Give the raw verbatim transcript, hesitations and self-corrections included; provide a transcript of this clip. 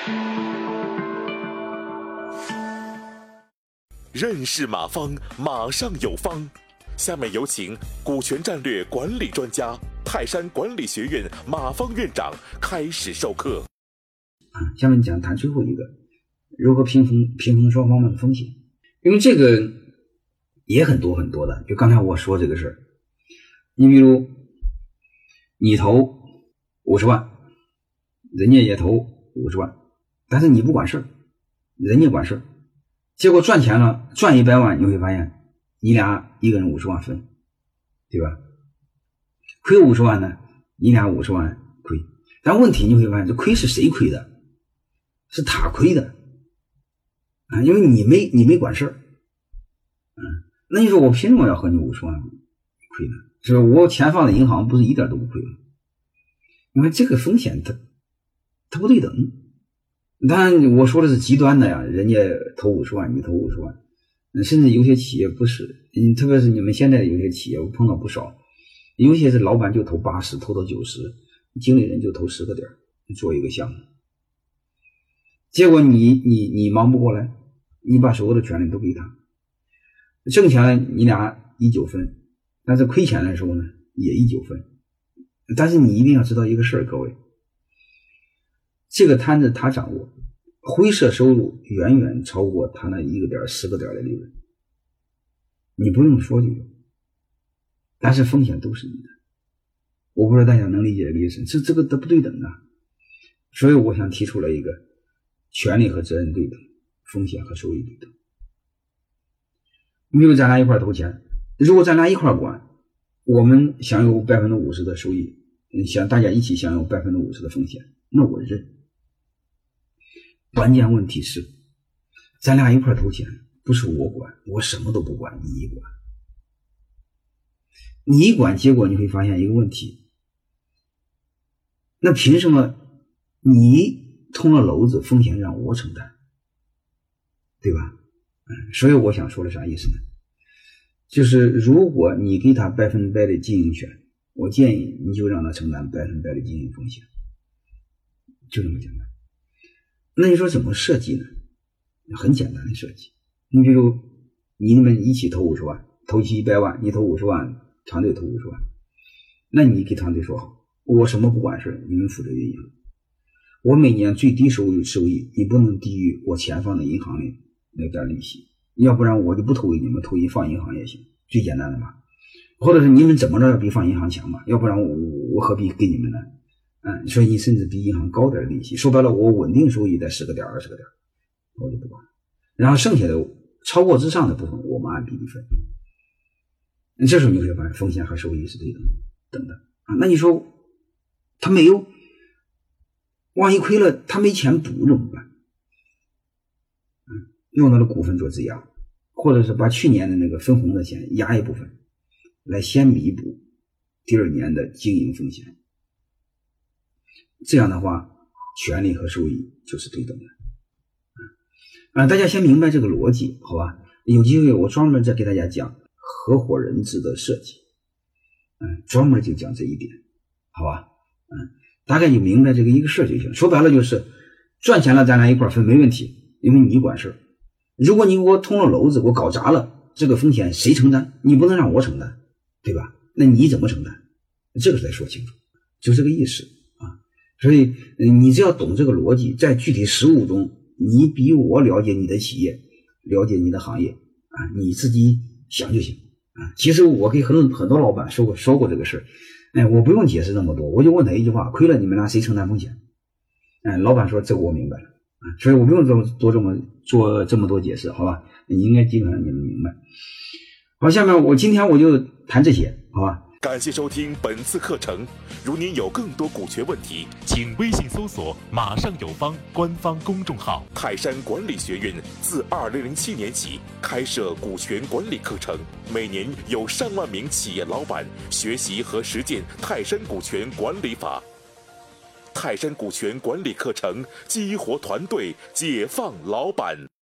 认识马方，马上有方。下面有请股权战略管理专家、泰山管理学院马方院长开始授课。 下面讲谈最后一个，如何平衡平衡双方面的风险。因为这个也很多很多的，就刚才我说这个事儿，你比如你投五十万，人家也投五十万，但是你不管事儿，人家管事儿，结果赚钱了，赚一百万，你会发现你俩一个人五十万分，对吧？亏五十万呢，你俩五十万亏，但问题你会发现这亏是谁亏的？是他亏的啊，因为你没你没管事儿，嗯，那你说我凭什么要和你五十万亏呢？是吧？我钱放在银行不是一点都不亏吗？你看这个风险它它不对等。当然我说的是极端的呀，人家投五十万，你投五十万，甚至有些企业不是，嗯，特别是你们现在有些企业我碰到不少，有些是老板就投八十，投到九十，经理人就投十个点做一个项目，结果你你你忙不过来，你把所有的权利都给他，挣钱你俩一九分，但是亏钱的时候呢也一九分。但是你一定要知道一个事儿，各位，这个摊子他掌握，灰色收入远远超过他那一个点十个点的利润，你不用说就有，但是风险都是你的。我不知道大家能理解这个意思，这这个它不对等啊。所以我想提出了一个权利和责任对等，风险和收益对等。你比如咱俩一块投钱，如果咱俩一块管，我们享有百分之五十的收益，想大家一起享有百分之五十的风险，那我认。关键问题是，咱俩一块投钱，不是我管，我什么都不管，你管。你一管，结果你会发现一个问题，那凭什么你捅了篓子，风险让我承担，对吧？嗯，所以我想说的啥意思呢？就是如果你给他百分百的经营权，我建议你就让他承担百分百的经营风险，就这么简单。那你说怎么设计呢？很简单的设计。你比如你们一起投五十万，投起一百万，你投五十万，团队投五十万，那你给团队说好，我什么不管事，你们负责运营，我每年最低收入收益你不能低于我钱放在银行里那点利息，要不然我就不投给你们，投一放银行也行，最简单的嘛。或者是你们怎么着要比放银行强嘛，要不然我我何必给你们呢？嗯，所以你甚至比银行高点利息，说白了我稳定收益在十个点二十个点，我就不管。然后剩下的超过之上的部分我们按比例分。这时候你会发现风险和收益是对等等的啊。那你说他没有，万一亏了他没钱补怎么办？嗯，用他的股份做质押，或者是把去年的那个分红的钱压一部分来先弥补第二年的经营风险，这样的话权利和收益就是对等的啊。大家先明白这个逻辑好吧，有机会我专门再给大家讲合伙人制的设计，嗯，专门就讲这一点好吧。嗯，大概就明白这个一个事就行。说白了就是赚钱了咱俩一块分没问题，因为你管事。如果你给我捅了篓子，我搞砸了，这个风险谁承担？你不能让我承担，对吧？那你怎么承担？这个得说清楚，就这个意思啊。所以你只要懂这个逻辑，在具体实务中，你比我了解你的企业，了解你的行业啊，你自己想就行啊。其实我给很很多老板说过说过这个事，哎，我不用解释那么多，我就问他一句话：亏了你们俩谁承担风险？哎，老板说这我明白了啊，所以我不用做多这么做这么多解释，好吧？你应该基本上你们明白。好，下面我今天我就谈这些，好吧？ 感谢收听本次课程。如您有更多股权问题，请微信搜索“马上有方”官方公众号。泰山管理学院自二零零七年起开设股权管理课程，每年有上万名企业老板学习和实践泰山股权管理法。泰山股权管理课程激活团队，解放老板。